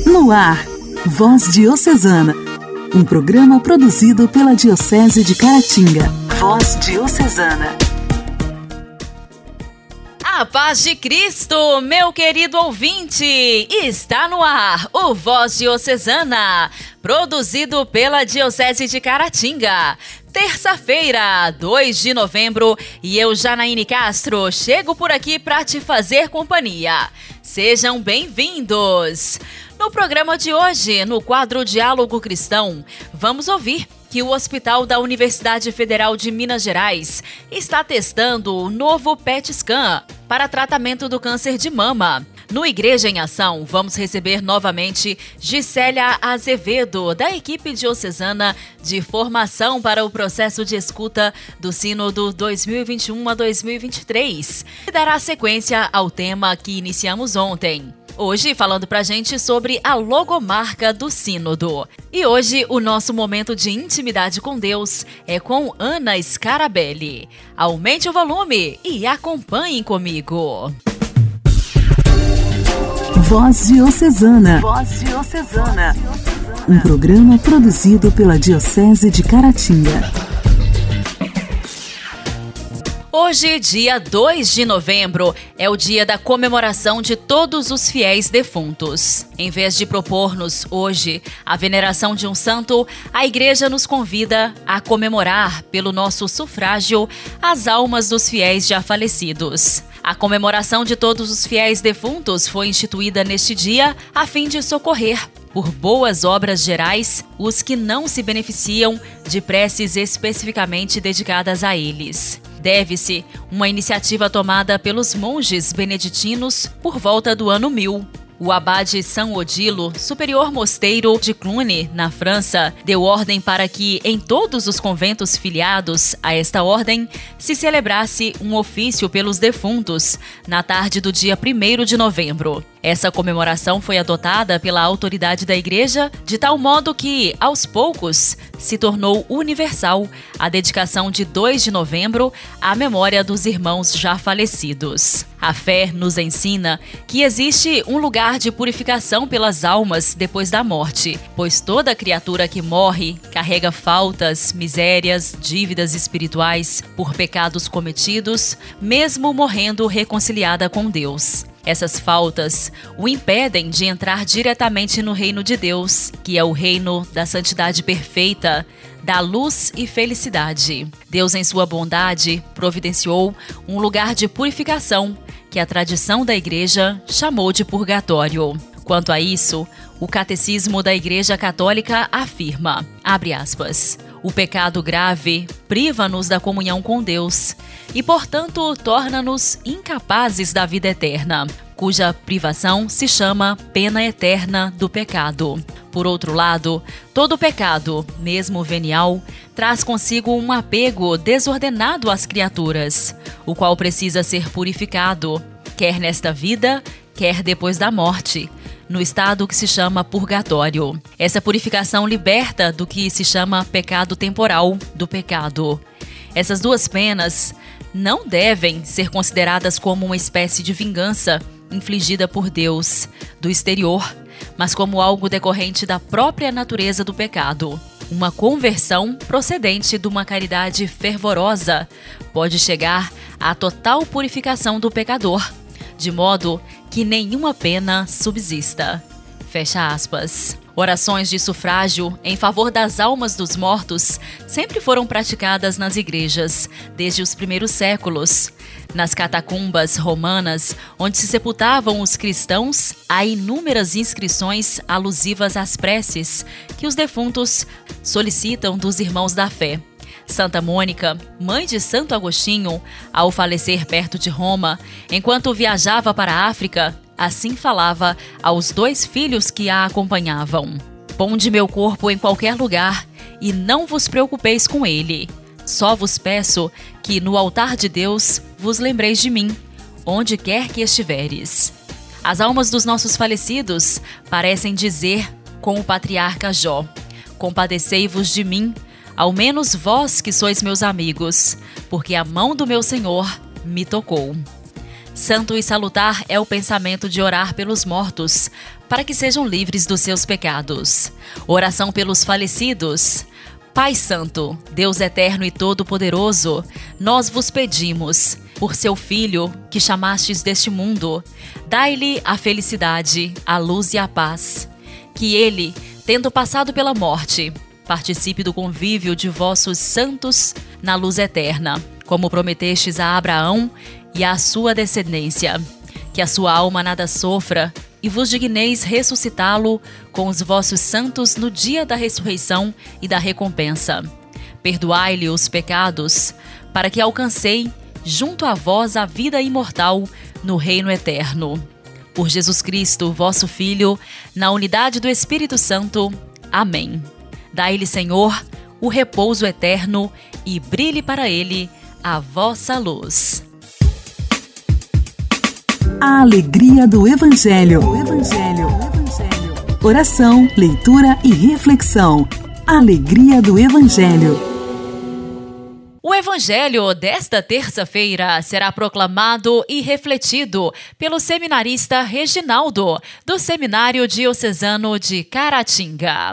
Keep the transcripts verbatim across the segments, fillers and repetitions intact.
No ar, Voz Diocesana, um programa produzido pela Diocese de Caratinga. Voz Diocesana. A paz de Cristo, meu querido ouvinte! Está no ar o Voz Diocesana, produzido pela Diocese de Caratinga. Terça-feira, dois de novembro, e eu, Janaíne Castro, chego por aqui para te fazer companhia. Sejam bem-vindos! No programa de hoje, no quadro Diálogo Cristão, vamos ouvir que o Hospital da Universidade Federal de Minas Gerais está testando o novo P E T Scan para tratamento do câncer de mama. No Igreja em Ação, vamos receber novamente Gisélia Azevedo, da equipe diocesana de formação para o processo de escuta do Sínodo dois mil e vinte e um a dois mil e vinte e três, que dará sequência ao tema que iniciamos ontem. Hoje falando pra gente sobre a logomarca do Sínodo. E hoje o nosso momento de intimidade com Deus é com Ana Scarabelli. Aumente o volume e acompanhem comigo. Voz Diocesana. Voz Diocesana. Um programa produzido pela Diocese de Caratinga. Hoje, dia dois de novembro, é o dia da comemoração de todos os fiéis defuntos. Em vez de propor-nos hoje a veneração de um santo, a Igreja nos convida a comemorar, pelo nosso sufrágio, as almas dos fiéis já falecidos. A comemoração de todos os fiéis defuntos foi instituída neste dia a fim de socorrer, por boas obras gerais, os que não se beneficiam de preces especificamente dedicadas a eles. Deve-se uma iniciativa tomada pelos monges beneditinos por volta do ano mil. O abade São Odilo, superior mosteiro de Cluny, na França, deu ordem para que, em todos os conventos filiados a esta ordem, se celebrasse um ofício pelos defuntos, na tarde do dia primeiro de novembro. Essa comemoração foi adotada pela autoridade da Igreja, de tal modo que, aos poucos, se tornou universal a dedicação de dois de novembro à memória dos irmãos já falecidos. A fé nos ensina que existe um lugar de purificação pelas almas depois da morte, pois toda criatura que morre carrega faltas, misérias, dívidas espirituais por pecados cometidos, mesmo morrendo reconciliada com Deus. Essas faltas o impedem de entrar diretamente no reino de Deus, que é o reino da santidade perfeita, da luz e felicidade. Deus, em sua bondade, providenciou um lugar de purificação, que a tradição da Igreja chamou de purgatório. Quanto a isso, o Catecismo da Igreja Católica afirma, abre aspas, o pecado grave priva-nos da comunhão com Deus e, portanto, torna-nos incapazes da vida eterna, cuja privação se chama pena eterna do pecado. Por outro lado, todo pecado, mesmo venial, traz consigo um apego desordenado às criaturas, o qual precisa ser purificado, quer nesta vida, quer depois da morte, no estado que se chama purgatório. Essa purificação liberta do que se chama pecado temporal do pecado. Essas duas penas não devem ser consideradas como uma espécie de vingança infligida por Deus do exterior, mas como algo decorrente da própria natureza do pecado. Uma conversão procedente de uma caridade fervorosa pode chegar à total purificação do pecador, de modo que nenhuma pena subsista. Fecha aspas. Orações de sufrágio em favor das almas dos mortos sempre foram praticadas nas igrejas, desde os primeiros séculos. Nas catacumbas romanas, onde se sepultavam os cristãos, há inúmeras inscrições alusivas às preces que os defuntos solicitam dos irmãos da fé. Santa Mônica, mãe de Santo Agostinho, ao falecer perto de Roma, enquanto viajava para a África, assim falava aos dois filhos que a acompanhavam: ponde meu corpo em qualquer lugar e não vos preocupeis com ele. Só vos peço que no altar de Deus vos lembreis de mim, onde quer que estiveres. As almas dos nossos falecidos parecem dizer com o patriarca Jó: compadecei-vos de mim, ao menos vós que sois meus amigos, porque a mão do meu Senhor me tocou. Santo e salutar é o pensamento de orar pelos mortos, para que sejam livres dos seus pecados. Oração pelos falecidos. Pai Santo, Deus eterno e todo-poderoso, nós vos pedimos, por seu Filho, que chamastes deste mundo, dai-lhe a felicidade, a luz e a paz. Que ele, tendo passado pela morte, participe do convívio de vossos santos na luz eterna, como prometestes a Abraão e à sua descendência. Que a sua alma nada sofra, e vos digneis ressuscitá-lo com os vossos santos no dia da ressurreição e da recompensa. Perdoai-lhe os pecados, para que alcancei, junto a vós, a vida imortal no reino eterno. Por Jesus Cristo, vosso Filho, na unidade do Espírito Santo. Amém. Dai-lhe, Senhor, o repouso eterno e brilhe para ele a vossa luz. A alegria do Evangelho. O Evangelho. O Evangelho. Oração, leitura e reflexão. Alegria do Evangelho. O Evangelho desta terça-feira será proclamado e refletido pelo seminarista Reginaldo, do Seminário Diocesano de Caratinga.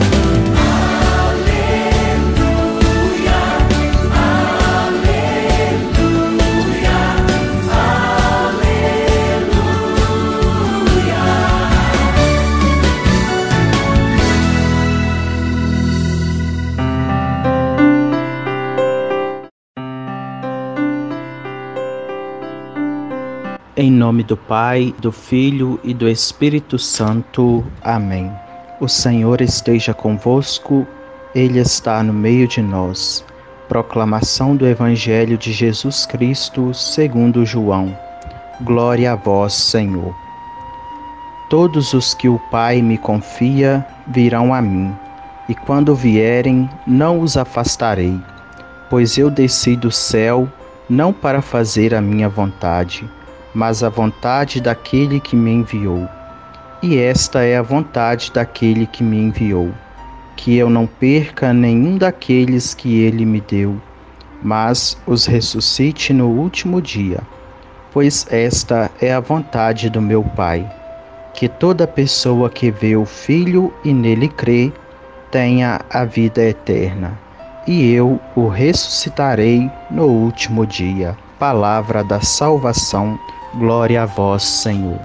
Em nome do Pai, do Filho e do Espírito Santo. Amém. O Senhor esteja convosco, Ele está no meio de nós. Proclamação do Evangelho de Jesus Cristo segundo João. Glória a vós, Senhor. Todos os que o Pai me confia virão a mim, e quando vierem, não os afastarei, pois eu desci do céu não para fazer a minha vontade, mas a vontade daquele que me enviou. E esta é a vontade daquele que me enviou, que eu não perca nenhum daqueles que ele me deu, mas os ressuscite no último dia. Pois esta é a vontade do meu Pai, que toda pessoa que vê o Filho e nele crê, tenha a vida eterna, e eu o ressuscitarei no último dia. Palavra da salvação. Glória a vós, Senhor.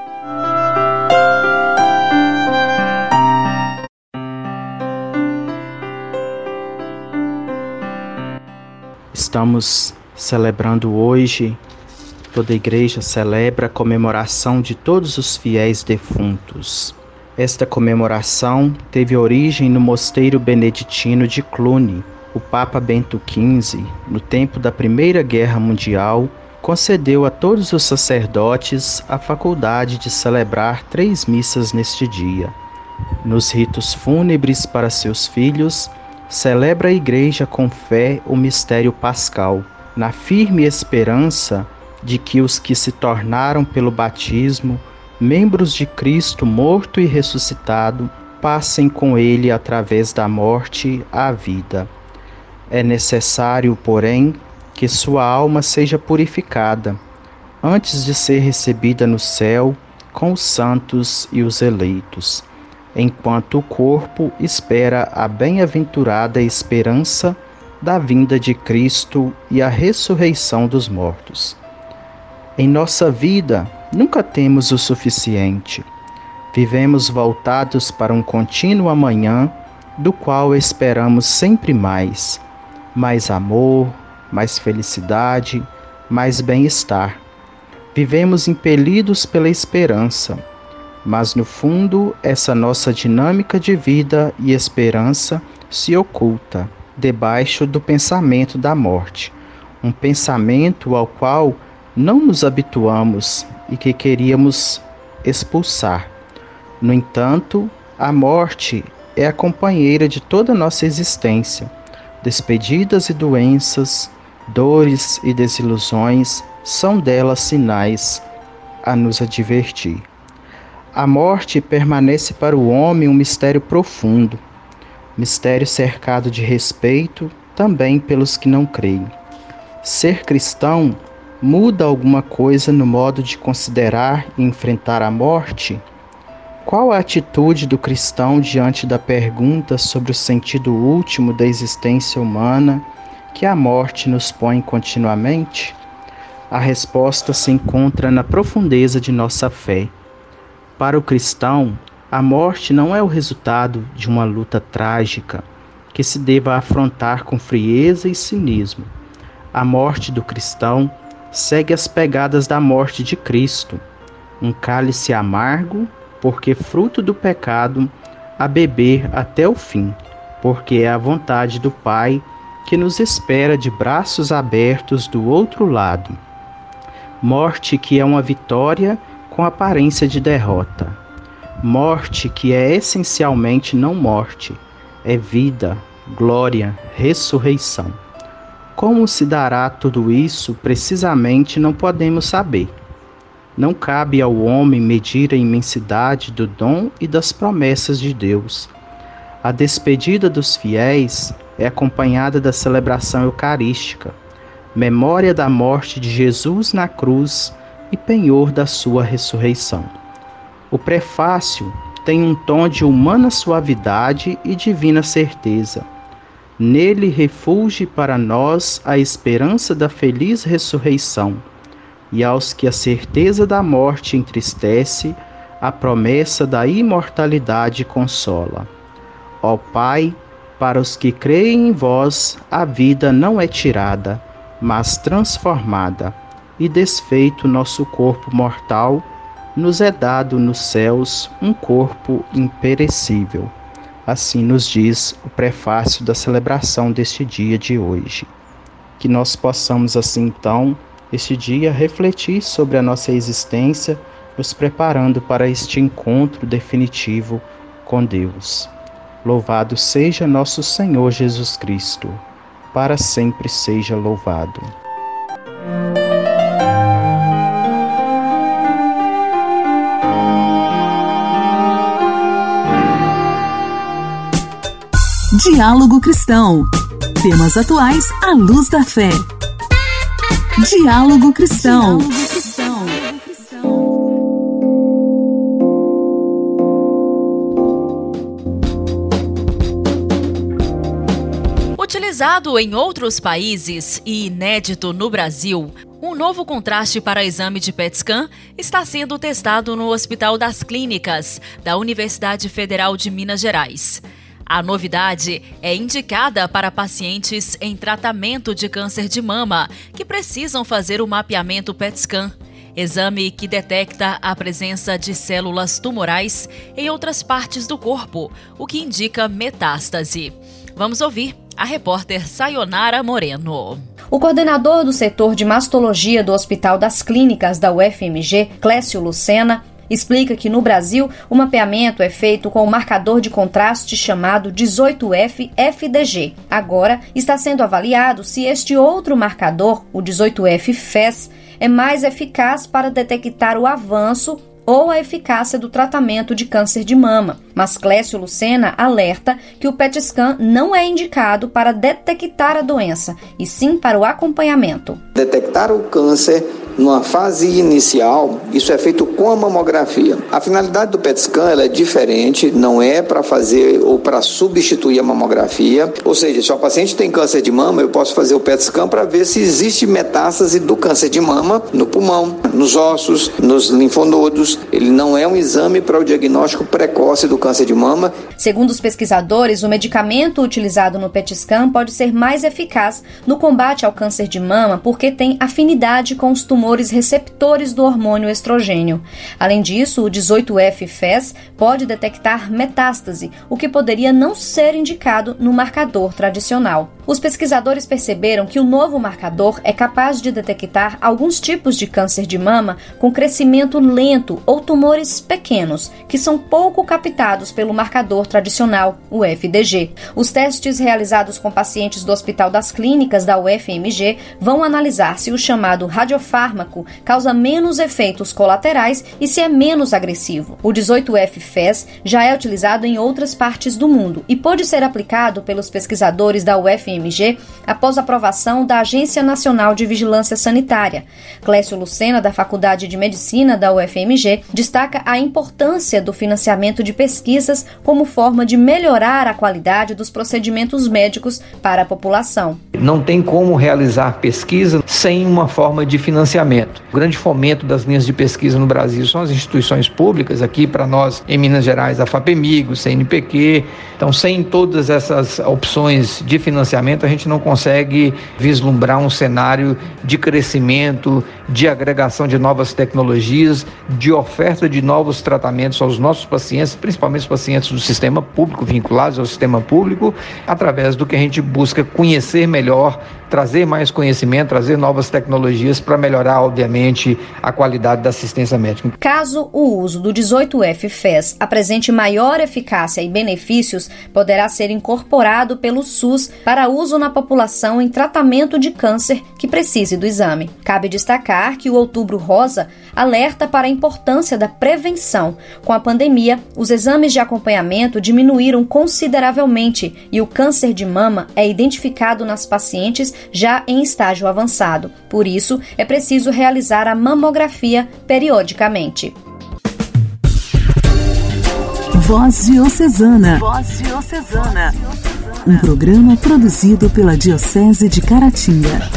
Estamos celebrando hoje, toda a igreja celebra a comemoração de todos os fiéis defuntos. Esta comemoração teve origem no mosteiro beneditino de Cluny. O Papa Bento quinze, no tempo da Primeira Guerra Mundial, concedeu a todos os sacerdotes a faculdade de celebrar três missas neste dia. Nos ritos fúnebres para seus filhos, celebra a Igreja com fé o mistério pascal, na firme esperança de que os que se tornaram pelo batismo membros de Cristo morto e ressuscitado passem com ele através da morte à vida. É necessário, porém, que sua alma seja purificada, antes de ser recebida no céu com os santos e os eleitos, enquanto o corpo espera a bem-aventurada esperança da vinda de Cristo e a ressurreição dos mortos. Em nossa vida, nunca temos o suficiente. Vivemos voltados para um contínuo amanhã, do qual esperamos sempre mais, mais amor, mais felicidade, mais bem-estar. Vivemos impelidos pela esperança, mas no fundo essa nossa dinâmica de vida e esperança se oculta debaixo do pensamento da morte, um pensamento ao qual não nos habituamos e que queríamos expulsar. No entanto, a morte é a companheira de toda a nossa existência. Despedidas e doenças, dores e desilusões são delas sinais a nos advertir. A morte permanece para o homem um mistério profundo, mistério cercado de respeito também pelos que não creem. Ser cristão muda alguma coisa no modo de considerar e enfrentar a morte? Qual a atitude do cristão diante da pergunta sobre o sentido último da existência humana que a morte nos põe continuamente? A resposta se encontra na profundeza de nossa fé. Para o cristão, a morte não é o resultado de uma luta trágica que se deva afrontar com frieza e cinismo. A morte do cristão segue as pegadas da morte de Cristo, um cálice amargo, porque fruto do pecado, a beber até o fim, porque é a vontade do Pai que nos espera de braços abertos do outro lado. Morte que é uma vitória com aparência de derrota. Morte que é essencialmente não morte, é vida, glória, ressurreição. Como se dará tudo isso, precisamente não podemos saber. Não cabe ao homem medir a imensidade do dom e das promessas de Deus. A despedida dos fiéis é acompanhada da celebração eucarística, memória da morte de Jesus na cruz e penhor da sua ressurreição. O prefácio tem um tom de humana suavidade e divina certeza. Nele refulge para nós a esperança da feliz ressurreição, e aos que a certeza da morte entristece, a promessa da imortalidade consola. Ó Pai, para os que creem em vós, a vida não é tirada, mas transformada, e desfeito nosso corpo mortal, nos é dado nos céus um corpo imperecível. Assim nos diz o prefácio da celebração deste dia de hoje. Que nós possamos, assim então, este dia, refletir sobre a nossa existência, nos preparando para este encontro definitivo com Deus. Louvado seja nosso Senhor Jesus Cristo, para sempre seja louvado. Diálogo Cristão. Temas atuais à luz da fé. Diálogo Cristão. Utilizado em outros países e inédito no Brasil, um novo contraste para exame de P E T scan está sendo testado no Hospital das Clínicas da Universidade Federal de Minas Gerais. A novidade é indicada para pacientes em tratamento de câncer de mama que precisam fazer o mapeamento P E T scan, exame que detecta a presença de células tumorais em outras partes do corpo, o que indica metástase. Vamos ouvir a repórter Sayonara Moreno. O coordenador do setor de mastologia do Hospital das Clínicas da U F M G, Clécio Lucena, explica que no Brasil o mapeamento é feito com o marcador de contraste chamado dezoito F F D G. Agora está sendo avaliado se este outro marcador, o dezoito F F E S, é mais eficaz para detectar o avanço ou a eficácia do tratamento de câncer de mama. Mas Clécio Lucena alerta que o P E T scan não é indicado para detectar a doença, e sim para o acompanhamento. Detectar o câncer numa fase inicial, isso é feito com a mamografia. A finalidade do P E T scan ela é diferente, não é para fazer ou para substituir a mamografia. Ou seja, se o paciente tem câncer de mama, eu posso fazer o P E T scan para ver se existe metástase do câncer de mama no pulmão, nos ossos, nos linfonodos. Ele não é um exame para o diagnóstico precoce do câncer de mama. Segundo os pesquisadores, o medicamento utilizado no P E T scan pode ser mais eficaz no combate ao câncer de mama porque tem afinidade com os tumores receptores do hormônio estrogênio. Além disso, o dezoito F F E S pode detectar metástase, o que poderia não ser indicado no marcador tradicional. Os pesquisadores perceberam que o novo marcador é capaz de detectar alguns tipos de câncer de mama com crescimento lento ou tumores pequenos, que são pouco captados pelo marcador tradicional, o F D G. Os testes realizados com pacientes do Hospital das Clínicas da U F M G vão analisar se o chamado radiofármaco fármaco causa menos efeitos colaterais e se é menos agressivo. O dezoito F Fez já é utilizado em outras partes do mundo e pôde ser aplicado pelos pesquisadores da U F M G após aprovação da Agência Nacional de Vigilância Sanitária. Clécio Lucena, da Faculdade de Medicina da U F M G, destaca a importância do financiamento de pesquisas como forma de melhorar a qualidade dos procedimentos médicos para a população. Não tem como realizar pesquisa sem uma forma de financiamento. O grande fomento das linhas de pesquisa no Brasil são as instituições públicas, aqui para nós em Minas Gerais a FAPEMIG, o C N P Q. Então, sem todas essas opções de financiamento, a gente não consegue vislumbrar um cenário de crescimento, de agregação de novas tecnologias, de oferta de novos tratamentos aos nossos pacientes, principalmente os pacientes do sistema público, vinculados ao sistema público, através do que a gente busca conhecer melhor, trazer mais conhecimento, trazer novas tecnologias para melhorar, obviamente, a qualidade da assistência médica. Caso o uso do dezoito F Fez apresente maior eficácia e benefícios, poderá ser incorporado pelo SUS para uso na população em tratamento de câncer que precise do exame. Cabe destacar que o Outubro Rosa alerta para a importância da prevenção. Com a pandemia, os exames de acompanhamento diminuíram consideravelmente e o câncer de mama é identificado nas pacientes já em estágio avançado. Por isso, é preciso realizar a mamografia periodicamente. Voz Diocesana. Voz Diocesana. Um programa produzido pela Diocese de Caratinga.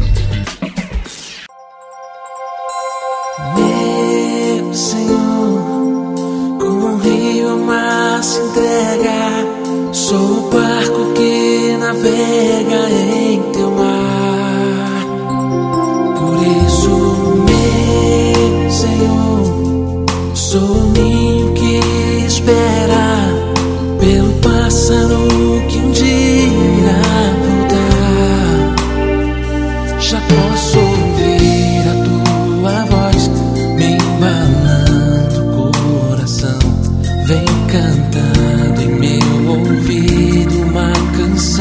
Meu Senhor, como um rio ao mar se entrega, sou o barco que navega em teu mar. Por isso, meu Senhor, sou o ninho que espera pelo pássaro que um dia irá voltar. Já posso ouvir a tua voz me embalando o coração, vem cantando em meu ouvido uma canção.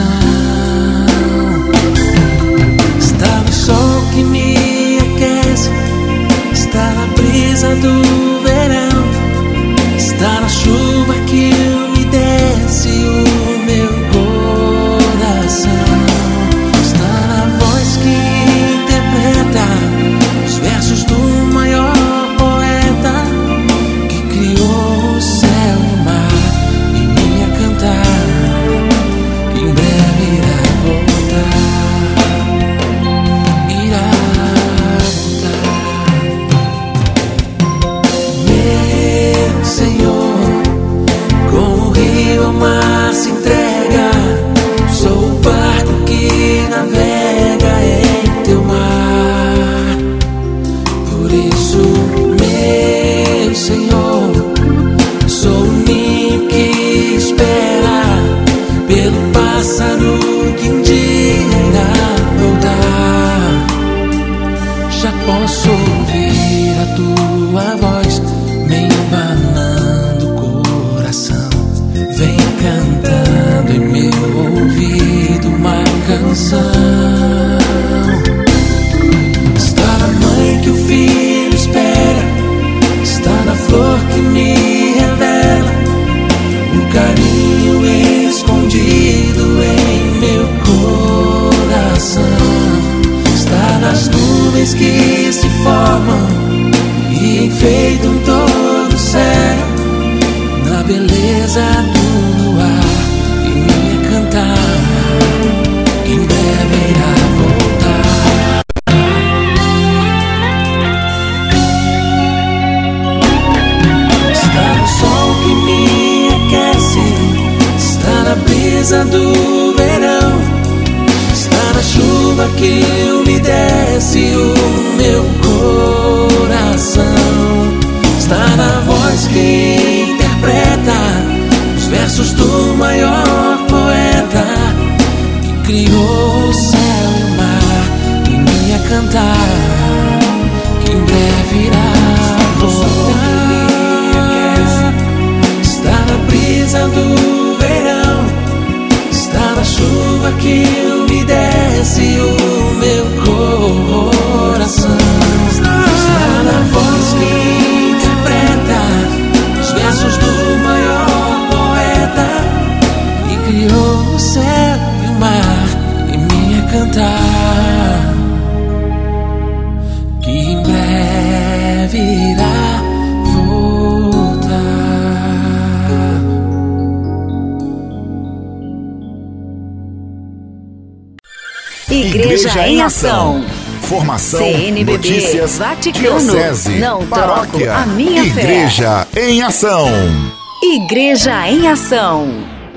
Está no sol que me aquece, está na brisa do verão, está na chuva que me desce o meu coração, está na voz que interpreta os versos do maior poeta que criou o céu e o mar e me a cantar, que em breve irá voltar, irá voltar. Meu Senhor, como o rio ao mar se entrega, sou o barco que navega em teu mar. Por isso, meu Senhor, sou o ninho que espera pelo pássaro que um dia irá voltar. Já posso ouvir a tua voz me embalando o coração, vem cantando em meu ouvido uma canção. Está na mãe que o filho espera, está na flor que me revela o carinho escondido em meu coração. Está nas nuvens que se formam e enfeitam todo o céu, na beleza do luar e me a cantar, que em breve irá voltar. Está no sol que me aquece, está na brisa do verão, está na chuva que umedece o meu coração, está na voz que interpreta os versos do maior poeta que criou o céu e o mar e me a cantar, que em breve irá voltar. Está na brisa do verão, está na chuva que umedece o meu coração, Igreja, Igreja em Ação. Formação, C N B B, notícias, Vaticano, diocese, não paróquia, troco a minha Igreja fé. em Ação. Igreja em Ação.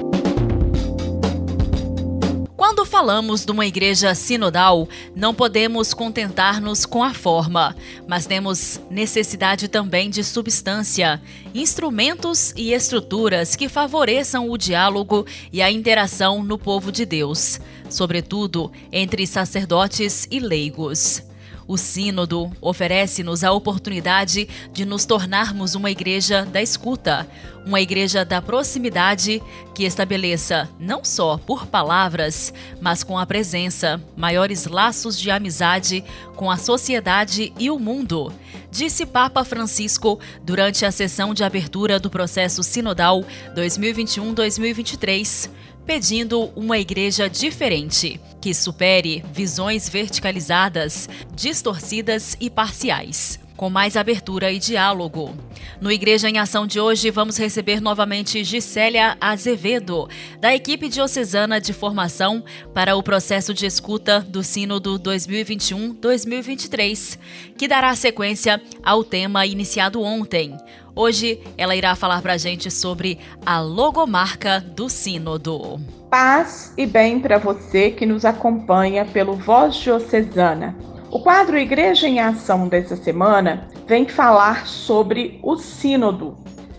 Quando falamos de uma igreja sinodal, não podemos contentar-nos com a forma, mas temos necessidade também de substância, instrumentos e estruturas que favoreçam o diálogo e a interação no povo de Deus, sobretudo entre sacerdotes e leigos. O Sínodo oferece-nos a oportunidade de nos tornarmos uma igreja da escuta, uma igreja da proximidade que estabeleça, não só por palavras, mas com a presença, maiores laços de amizade com a sociedade e o mundo, disse Papa Francisco durante a sessão de abertura do processo sinodal dois mil e vinte e um a dois mil e vinte e três. Pedindo uma igreja diferente, que supere visões verticalizadas, distorcidas e parciais, com mais abertura e diálogo. No Igreja em Ação de hoje, vamos receber novamente Gisélia Azevedo, da equipe diocesana de formação para o processo de escuta do Sínodo dois mil e vinte e um a dois mil e vinte e três, que dará sequência ao tema iniciado ontem. Hoje, ela irá falar para a gente sobre a logomarca do Sínodo. Paz e bem para você que nos acompanha pelo Voz Diocesana. O quadro Igreja em Ação dessa semana vem falar sobre o Sínodo.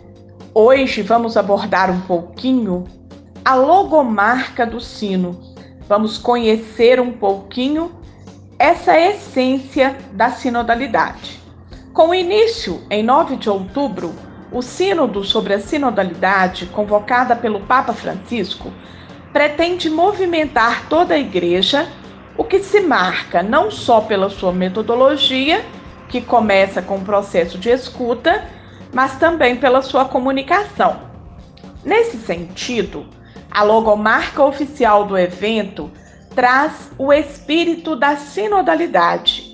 Hoje vamos abordar um pouquinho a logomarca do Sínodo. Vamos conhecer um pouquinho essa essência da sinodalidade. Com início em nove de outubro, o Sínodo sobre a Sinodalidade, convocada pelo Papa Francisco, pretende movimentar toda a Igreja, o que se marca não só pela sua metodologia, que começa com o processo de escuta, mas também pela sua comunicação. Nesse sentido, a logomarca oficial do evento traz o espírito da sinodalidade.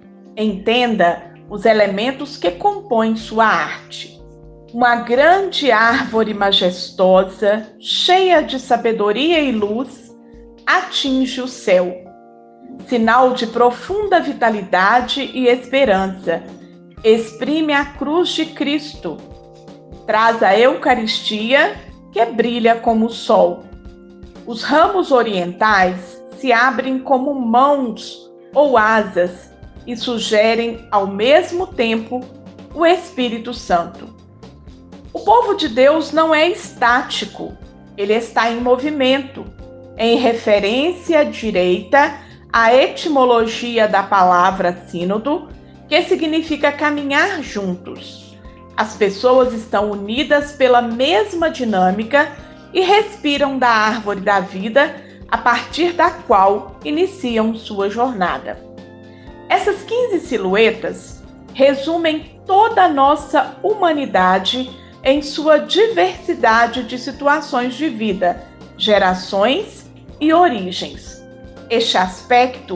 Entenda os elementos que compõem sua arte. Uma grande árvore majestosa, cheia de sabedoria e luz, atinge o céu. Sinal de profunda vitalidade e esperança, exprime a cruz de Cristo. Traz a Eucaristia, que brilha como o sol. Os ramos orientais se abrem como mãos ou asas, e sugerem ao mesmo tempo o Espírito Santo. O povo de Deus não é estático, ele está em movimento, em referência direta à etimologia da palavra sínodo, que significa caminhar juntos. As pessoas estão unidas pela mesma dinâmica e respiram da árvore da vida, a partir da qual iniciam sua jornada. Essas quinze silhuetas resumem toda a nossa humanidade em sua diversidade de situações de vida, gerações e origens. Este aspecto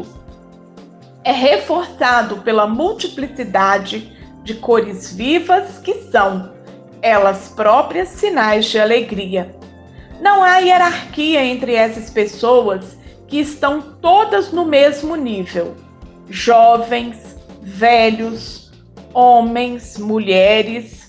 é reforçado pela multiplicidade de cores vivas que são, elas próprias, sinais de alegria. Não há hierarquia entre essas pessoas que estão todas no mesmo nível. Jovens, velhos, homens, mulheres,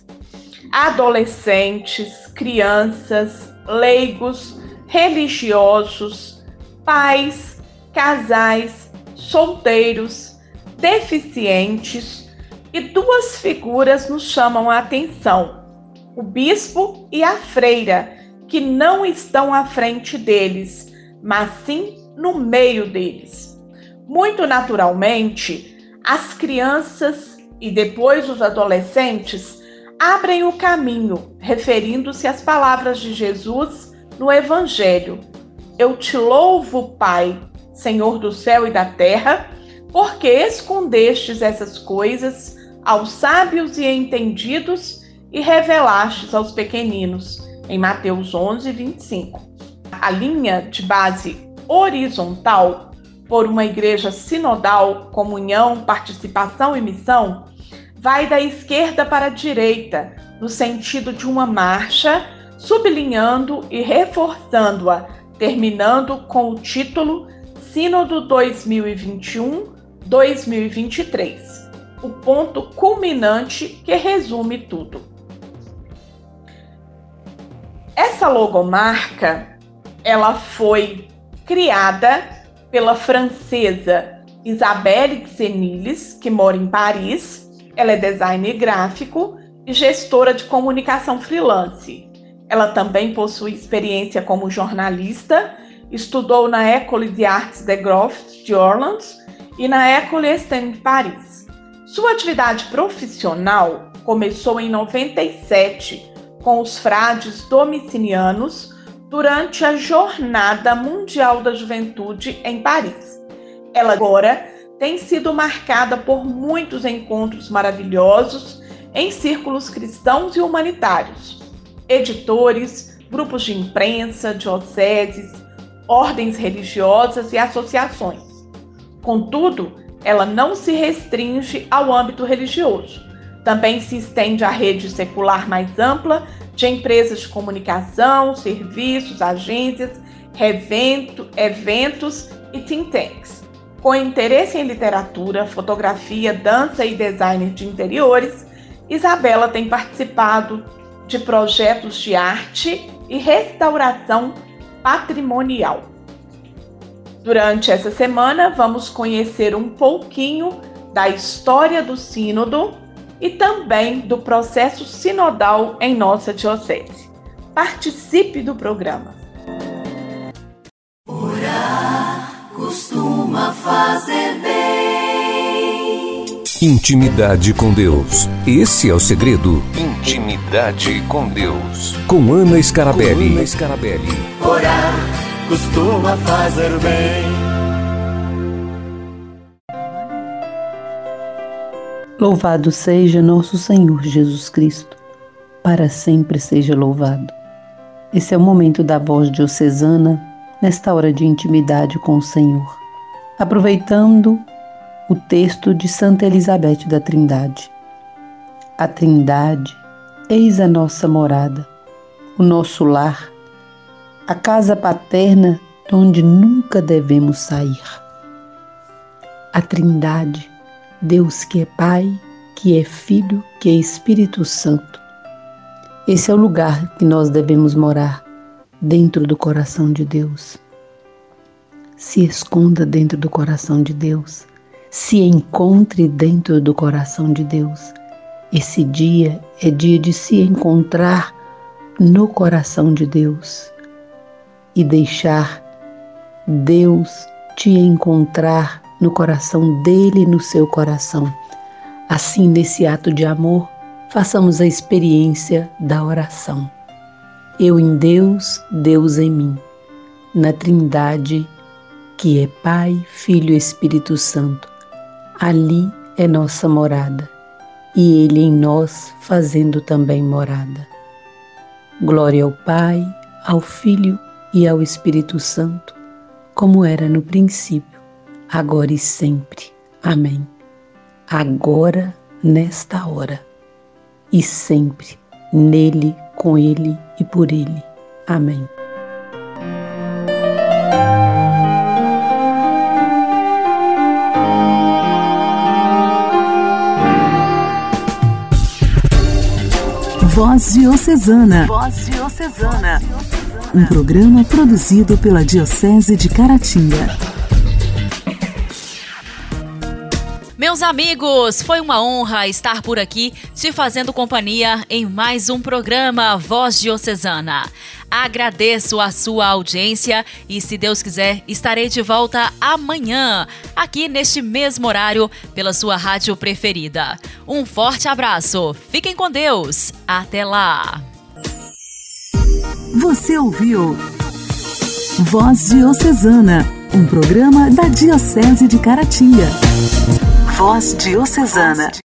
adolescentes, crianças, leigos, religiosos, pais, casais, solteiros, deficientes, e duas figuras nos chamam a atenção: o bispo e a freira, que não estão à frente deles, mas sim no meio deles. Muito naturalmente, as crianças e depois os adolescentes abrem o caminho, referindo-se às palavras de Jesus no Evangelho: Eu te louvo, Pai, Senhor do céu e da terra, porque escondestes essas coisas aos sábios e entendidos e revelastes aos pequeninos. Em Mateus onze, vinte e cinco. A linha de base horizontal por uma igreja sinodal, comunhão, participação e missão, vai da esquerda para a direita, no sentido de uma marcha, sublinhando e reforçando-a, terminando com o título Sínodo dois mil e vinte e um a dois mil e vinte e três, o ponto culminante que resume tudo. Essa logomarca, ela foi criada pela francesa Isabelle Xenilis, que mora em Paris. Ela é designer gráfico e gestora de comunicação freelance. Ela também possui experiência como jornalista, estudou na École des Arts de Groft de Orleans e na École Esther de Paris. Sua atividade profissional começou em noventa e sete com os frades domicilianos durante a Jornada Mundial da Juventude em Paris. Ela agora tem sido marcada por muitos encontros maravilhosos em círculos cristãos e humanitários, editores, grupos de imprensa, dioceses, ordens religiosas e associações. Contudo, ela não se restringe ao âmbito religioso. Também se estende à rede secular mais ampla de empresas de comunicação, serviços, agências, evento, eventos e think tanks. Com interesse em literatura, fotografia, dança e design de interiores, Isabela tem participado de projetos de arte e restauração patrimonial. Durante essa semana, vamos conhecer um pouquinho da história do Sínodo e também do processo sinodal em nossa diocese. Participe do programa. Orar costuma fazer bem. Intimidade com Deus. Esse é o segredo. Intimidade com Deus. Com Ana Scarabelli. Com Ana Scarabelli. Orar costuma fazer bem. Louvado seja nosso Senhor Jesus Cristo, para sempre seja louvado. Esse é o momento da voz diocesana, nesta hora de intimidade com o Senhor, aproveitando o texto de Santa Elizabeth da Trindade. A Trindade, eis a nossa morada, o nosso lar, a casa paterna de onde nunca devemos sair. A Trindade, Deus que é Pai, que é Filho, que é Espírito Santo. Esse é o lugar que nós devemos morar, dentro do coração de Deus. Se esconda dentro do coração de Deus. Se encontre dentro do coração de Deus. Esse dia é dia de se encontrar no coração de Deus e deixar Deus te encontrar no coração dele e no seu coração. Assim, nesse ato de amor, façamos a experiência da oração. Eu em Deus, Deus em mim, na Trindade, que é Pai, Filho e Espírito Santo. Ali é nossa morada, e Ele em nós fazendo também morada. Glória ao Pai, ao Filho e ao Espírito Santo, como era no princípio, agora e sempre. Amém. Agora, nesta hora, e sempre, nele, com Ele e por Ele. Amém. Voz Diocesana. Voz Diocesana. Um programa produzido pela Diocese de Caratinga. Meus amigos, foi uma honra estar por aqui te fazendo companhia em mais um programa Voz Diocesana. Agradeço a sua audiência e, se Deus quiser, estarei de volta amanhã, aqui neste mesmo horário, pela sua rádio preferida. Um forte abraço, fiquem com Deus, até lá! Você ouviu Voz Diocesana, um programa da Diocese de Caratinga. Voz Diocesana.